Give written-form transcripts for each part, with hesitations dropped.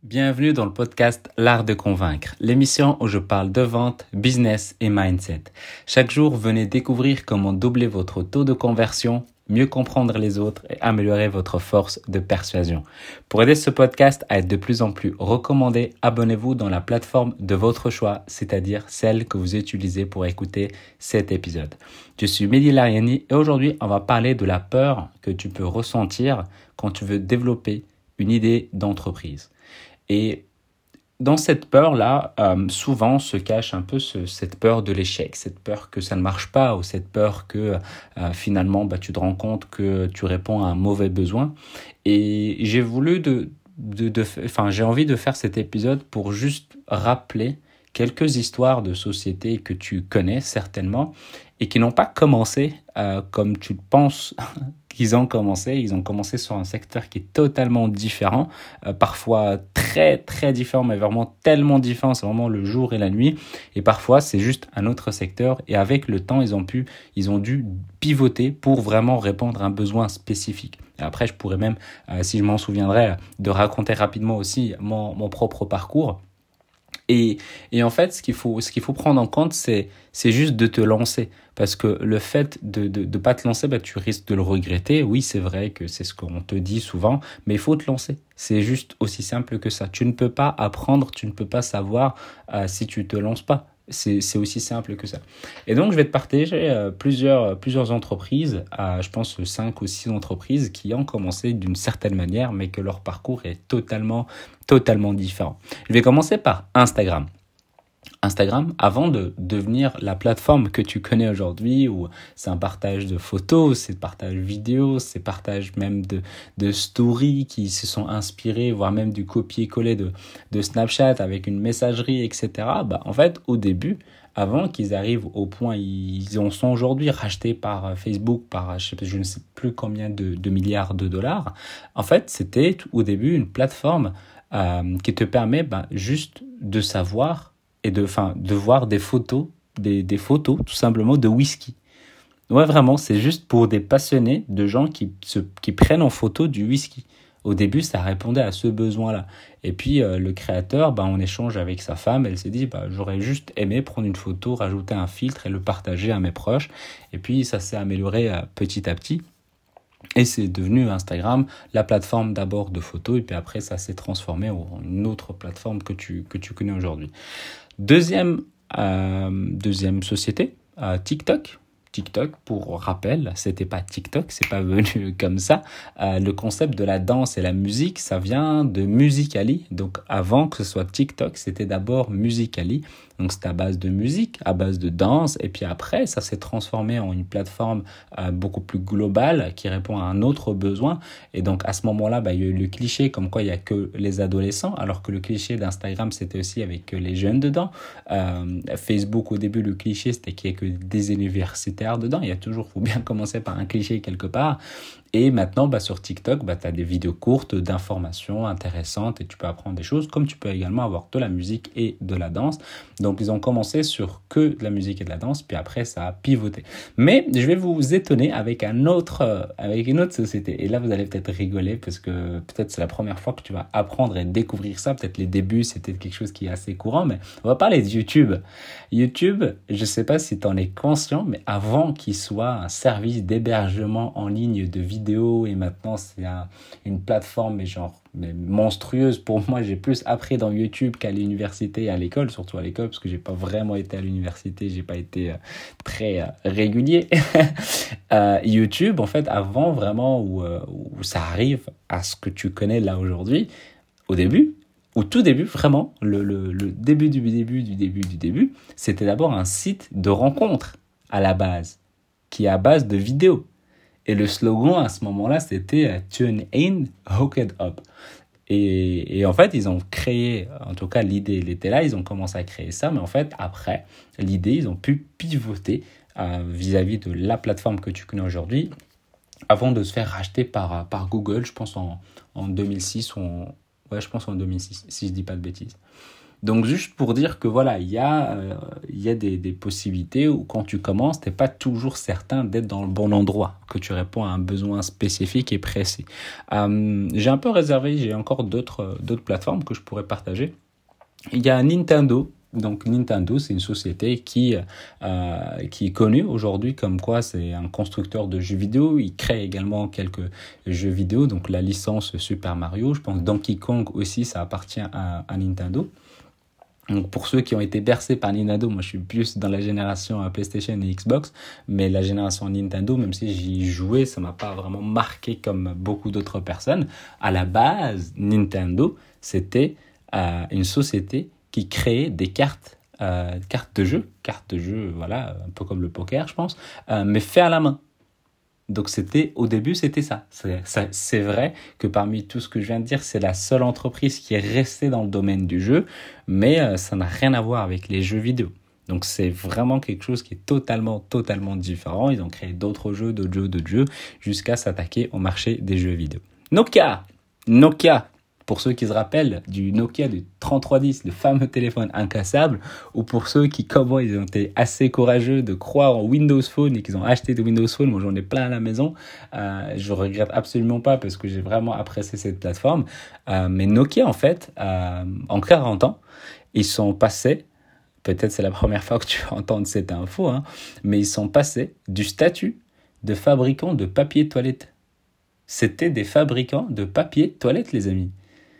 Bienvenue dans le podcast L'Art de Convaincre, l'émission où je parle de vente, business et mindset. Chaque jour, venez découvrir comment doubler votre taux de conversion, mieux comprendre les autres et améliorer votre force de persuasion. Pour aider ce podcast à être de plus en plus recommandé, abonnez-vous dans la plateforme de votre choix, c'est-à-dire celle que vous utilisez pour écouter cet épisode. Je suis Mehdi Lariani et aujourd'hui, on va parler de la peur que tu peux ressentir quand tu veux développer une idée d'entreprise. Et dans cette peur-là, souvent se cache un peu cette peur de l'échec, cette peur que ça ne marche pas ou cette peur que finalement tu te rends compte que tu réponds à un mauvais besoin. Et j'ai voulu j'ai envie de faire cet épisode pour juste rappeler quelques histoires de sociétés que tu connais certainement et qui n'ont pas commencé comme tu penses qu'ils ont commencé. Ils ont commencé sur un secteur qui est totalement différent, parfois très très différent, mais vraiment tellement différent, c'est vraiment le jour et la nuit. Et parfois c'est juste un autre secteur. Et avec le temps, ils ont dû pivoter pour vraiment répondre à un besoin spécifique. Et après, je pourrais même, si je m'en souviendrai, de raconter rapidement aussi mon propre parcours. Et en fait, ce qu'il faut prendre en compte, c'est juste de te lancer. Parce que le fait de pas te lancer, tu risques de le regretter. Oui, c'est vrai que c'est ce qu'on te dit souvent, mais il faut te lancer. C'est juste aussi simple que ça. Tu ne peux pas apprendre, tu ne peux pas savoir si tu te lances pas. C'est aussi simple que ça. Et donc, je vais te partager plusieurs entreprises, je pense 5 ou 6 entreprises qui ont commencé d'une certaine manière, mais que leur parcours est totalement différent. Je vais commencer par Instagram. Instagram, avant de devenir la plateforme que tu connais aujourd'hui, où c'est un partage de photos, c'est partage vidéo, c'est partage même de stories qui se sont inspirées, voire même du copier-coller de Snapchat avec une messagerie, etc. En fait, au début, avant qu'ils arrivent au point, ils en sont aujourd'hui rachetés par Facebook, par je ne sais plus combien de milliards de dollars. En fait, c'était au début une plateforme qui te permet juste de savoir et de voir des photos, des photos tout simplement de whisky. Ouais, vraiment, c'est juste pour des passionnés de gens qui prennent en photo du whisky. Au début, ça répondait à ce besoin-là. Et puis, le créateur, en échange avec sa femme, elle s'est dit, j'aurais juste aimé prendre une photo, rajouter un filtre et le partager à mes proches. Et puis, ça s'est amélioré petit à petit. Et c'est devenu Instagram, la plateforme d'abord de photos, et puis après, ça s'est transformé en une autre plateforme que tu connais aujourd'hui. Deuxième société, TikTok. TikTok, pour rappel, c'était pas TikTok, c'est pas venu comme ça. Le concept de la danse et la musique, ça vient de Musical.ly. Donc avant que ce soit TikTok, c'était d'abord Musical.ly. Donc c'était à base de musique, à base de danse. Et puis après, ça s'est transformé en une plateforme beaucoup plus globale qui répond à un autre besoin. Et donc à ce moment-là, il y a eu le cliché comme quoi il n'y a que les adolescents, alors que le cliché d'Instagram, c'était aussi avec les jeunes dedans. Facebook, au début, le cliché, c'était qu'il n'y ait que des universitaires dedans. Faut bien commencer par un cliché quelque part. Et maintenant, sur TikTok, tu as des vidéos courtes d'informations intéressantes et tu peux apprendre des choses, comme tu peux également avoir de la musique et de la danse. Donc, ils ont commencé sur que de la musique et de la danse, puis après, ça a pivoté. Mais je vais vous étonner avec une autre société. Et là, vous allez peut-être rigoler parce que peut-être c'est la première fois que tu vas apprendre et découvrir ça. Peut-être les débuts, c'était quelque chose qui est assez courant, mais on va parler de YouTube. YouTube, je ne sais pas si tu en es conscient, mais avant qu'il soit un service d'hébergement en ligne de vidéos, et maintenant c'est une plateforme mais monstrueuse. Pour moi, j'ai plus appris dans YouTube qu'à l'université et à l'école, surtout à l'école, parce que j'ai pas vraiment été à l'université, j'ai pas été très régulier. YouTube, en fait, avant vraiment où ça arrive à ce que tu connais là aujourd'hui, au tout début, vraiment, le début du début, c'était d'abord un site de rencontre à la base, qui est à base de vidéos. Et le slogan à ce moment-là, c'était « Tune in, hooked up ». Et en fait, ils ont créé, en tout cas l'idée elle était là, ils ont commencé à créer ça, mais en fait, après, l'idée, ils ont pu pivoter vis-à-vis de la plateforme que tu connais aujourd'hui, avant de se faire racheter par Google, je pense en 2006, je pense en 2006, si je dis pas de bêtises. Donc juste pour dire que voilà, il y a des possibilités où quand tu commences, tu n'es pas toujours certain d'être dans le bon endroit, que tu réponds à un besoin spécifique et précis. J'ai un peu réservé, j'ai encore d'autres plateformes que je pourrais partager. Il y a Nintendo. Donc Nintendo, c'est une société qui est connue aujourd'hui comme quoi c'est un constructeur de jeux vidéo. Il crée également quelques jeux vidéo, donc la licence Super Mario. Je pense Donkey Kong aussi, ça appartient à Nintendo. Donc pour ceux qui ont été bercés par Nintendo, moi je suis plus dans la génération PlayStation et Xbox, mais la génération Nintendo, même si j'y jouais, ça m'a pas vraiment marqué comme beaucoup d'autres personnes. À la base, Nintendo, c'était une société qui créait des cartes de jeu, voilà, un peu comme le poker, je pense, mais fait à la main. Donc au début, c'était ça. C'est vrai que parmi tout ce que je viens de dire, c'est la seule entreprise qui est restée dans le domaine du jeu, mais ça n'a rien à voir avec les jeux vidéo. Donc c'est vraiment quelque chose qui est totalement différent. Ils ont créé d'autres jeux, jusqu'à s'attaquer au marché des jeux vidéo. Nokia, pour ceux qui se rappellent du Nokia du 3310, le fameux téléphone incassable, ou pour ceux qui, comme moi, ils ont été assez courageux de croire en Windows Phone et qu'ils ont acheté des Windows Phone, moi j'en ai plein à la maison, je regrette absolument pas parce que j'ai vraiment apprécié cette plateforme. Mais Nokia, en fait, en 40 ans, ils sont passés, peut-être c'est la première fois que tu vas entendre cette info, mais ils sont passés du statut de fabricant de papier toilette. C'était des fabricants de papier toilette, les amis,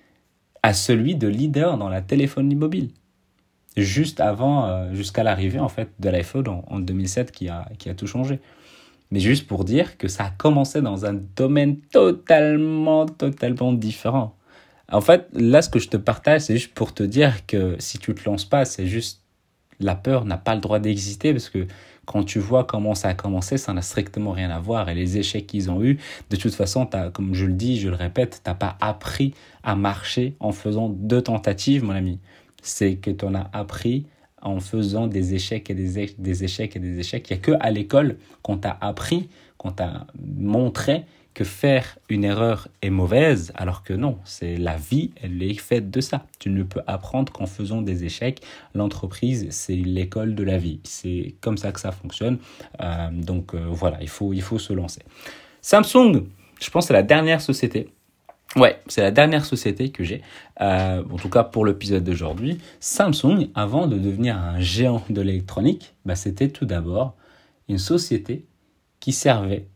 à celui de leader dans la téléphonie mobile. Juste avant, jusqu'à l'arrivée en fait de l'iPhone en 2007 qui a tout changé. Mais juste pour dire que ça a commencé dans un domaine totalement différent. En fait, là, ce que je te partage, c'est juste pour te dire que si tu te lances pas, c'est juste la peur n'a pas le droit d'exister parce que quand tu vois comment ça a commencé, ça n'a strictement rien à voir. Et les échecs qu'ils ont eus, de toute façon, comme je le dis, je le répète, tu n'as pas appris à marcher en faisant 2 tentatives, mon ami. C'est que tu en as appris en faisant des échecs et des échecs et des échecs. Il n'y a qu'à l'école qu'on t'a appris, qu'on t'a montré que faire une erreur est mauvaise, alors que non, c'est la vie, elle est faite de ça. Tu ne peux apprendre qu'en faisant des échecs. L'entreprise, c'est l'école de la vie. C'est comme ça que ça fonctionne. Donc voilà, il faut se lancer. Samsung, je pense que c'est la dernière société. Ouais, c'est la dernière société que j'ai, en tout cas pour l'épisode d'aujourd'hui. Samsung, avant de devenir un géant de l'électronique, c'était tout d'abord une société qui servait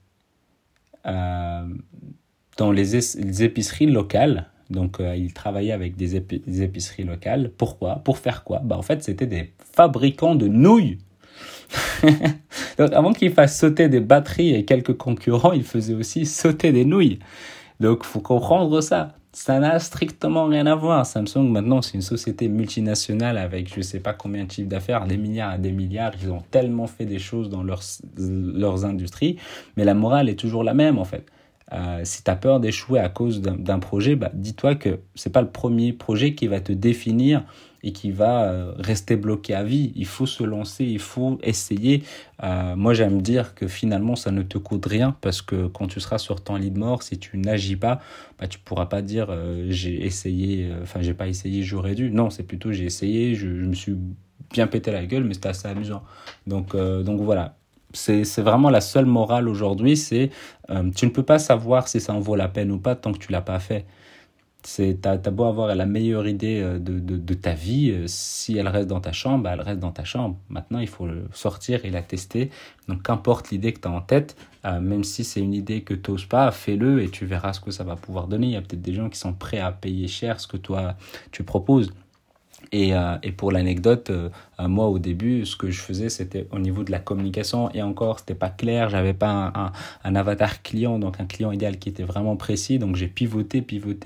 dans les épiceries locales. Donc, ils travaillaient avec des épiceries locales. Pourquoi ? Pour faire quoi ? En fait, c'était des fabricants de nouilles. Donc, avant qu'ils fassent sauter des batteries et quelques concurrents, ils faisaient aussi sauter des nouilles. Donc, il faut comprendre ça. Ça n'a strictement rien à voir. Samsung, maintenant, c'est une société multinationale avec je ne sais pas combien de chiffres d'affaires, des milliards et des milliards. Ils ont tellement fait des choses dans leurs industries. Mais la morale est toujours la même, en fait. Si tu as peur d'échouer à cause d'un projet, dis-toi que ce n'est pas le premier projet qui va te définir et qui va rester bloqué à vie. Il faut se lancer, il faut essayer. Moi, j'aime dire que finalement, ça ne te coûte rien parce que quand tu seras sur ton lit de mort, si tu n'agis pas, tu ne pourras pas dire j'ai essayé, j'ai pas essayé, j'aurais dû. Non, c'est plutôt j'ai essayé, je me suis bien pété la gueule, mais c'était assez amusant. Donc voilà. C'est vraiment la seule morale aujourd'hui, c'est tu ne peux pas savoir si ça en vaut la peine ou pas tant que tu l'as pas fait. T'as beau avoir la meilleure idée de ta vie, si elle reste dans ta chambre, elle reste dans ta chambre. Maintenant, il faut le sortir et la tester. Donc, qu'importe l'idée que tu as en tête, même si c'est une idée que tu n'oses pas, fais-le et tu verras ce que ça va pouvoir donner. Il y a peut-être des gens qui sont prêts à payer cher ce que toi, tu proposes. Et pour l'anecdote, moi au début, ce que je faisais, c'était au niveau de la communication. Et encore, c'était pas clair. J'avais pas un avatar client, donc un client idéal qui était vraiment précis. Donc j'ai pivoté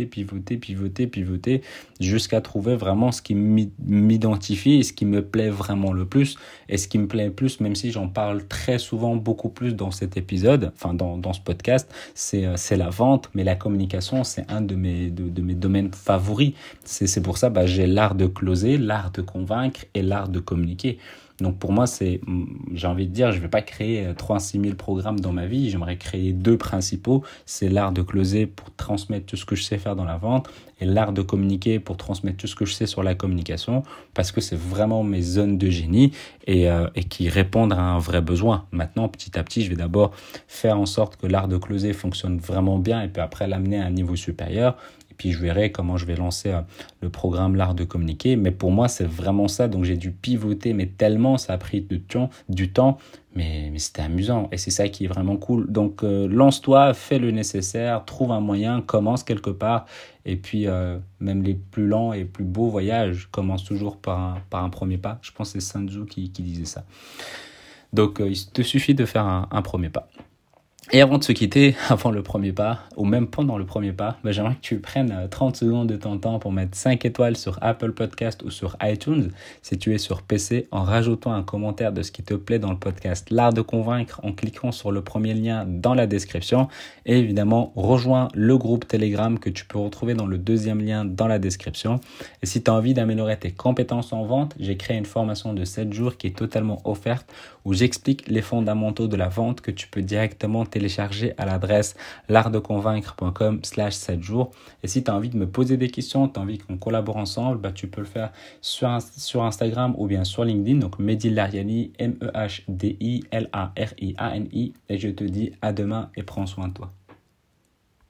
jusqu'à trouver vraiment ce qui m'identifie et ce qui me plaît vraiment le plus. Et ce qui me plaît le plus, même si j'en parle très souvent, beaucoup plus dans cet épisode, dans ce podcast, c'est la vente. Mais la communication, c'est un de mes domaines favoris. C'est pour ça, j'ai l'art de clôturer closer, l'art de convaincre et l'art de communiquer. Donc pour moi, j'ai envie de dire, je ne vais pas créer 36 000 programmes dans ma vie. J'aimerais créer 2 principaux. C'est l'art de closer pour transmettre tout ce que je sais faire dans la vente et l'art de communiquer pour transmettre tout ce que je sais sur la communication, parce que c'est vraiment mes zones de génie et qui répondent à un vrai besoin. Maintenant, petit à petit, je vais d'abord faire en sorte que l'art de closer fonctionne vraiment bien et puis après l'amener à un niveau supérieur. Puis je verrai comment je vais lancer le programme L'Art de communiquer. Mais pour moi, c'est vraiment ça. Donc j'ai dû pivoter, mais tellement ça a pris du temps. Mais c'était amusant et c'est ça qui est vraiment cool. Donc lance-toi, fais le nécessaire, trouve un moyen, commence quelque part. Et puis même les plus lents et plus beaux voyages commencent toujours par un premier pas. Je pense que c'est Sun Tzu qui disait ça. Donc il te suffit de faire un premier pas. Et avant de se quitter, avant le premier pas, ou même pendant le premier pas, j'aimerais que tu prennes 30 secondes de ton temps pour mettre 5 étoiles sur Apple Podcast ou sur iTunes, si tu es sur PC, en rajoutant un commentaire de ce qui te plaît dans le podcast L'Art de convaincre, en cliquant sur le premier lien dans la description. Et évidemment, rejoins le groupe Telegram que tu peux retrouver dans le deuxième lien dans la description. Et si tu as envie d'améliorer tes compétences en vente, j'ai créé une formation de 7 jours qui est totalement offerte, où j'explique les fondamentaux de la vente que tu peux directement télécharger à l'adresse l'artdeconvaincre.com/7 jours. Et si tu as envie de me poser des questions, tu as envie qu'on collabore ensemble, tu peux le faire sur Instagram ou bien sur LinkedIn. Donc Mehdi Lariani, MEHDILARIANI. Et je te dis à demain et prends soin de toi.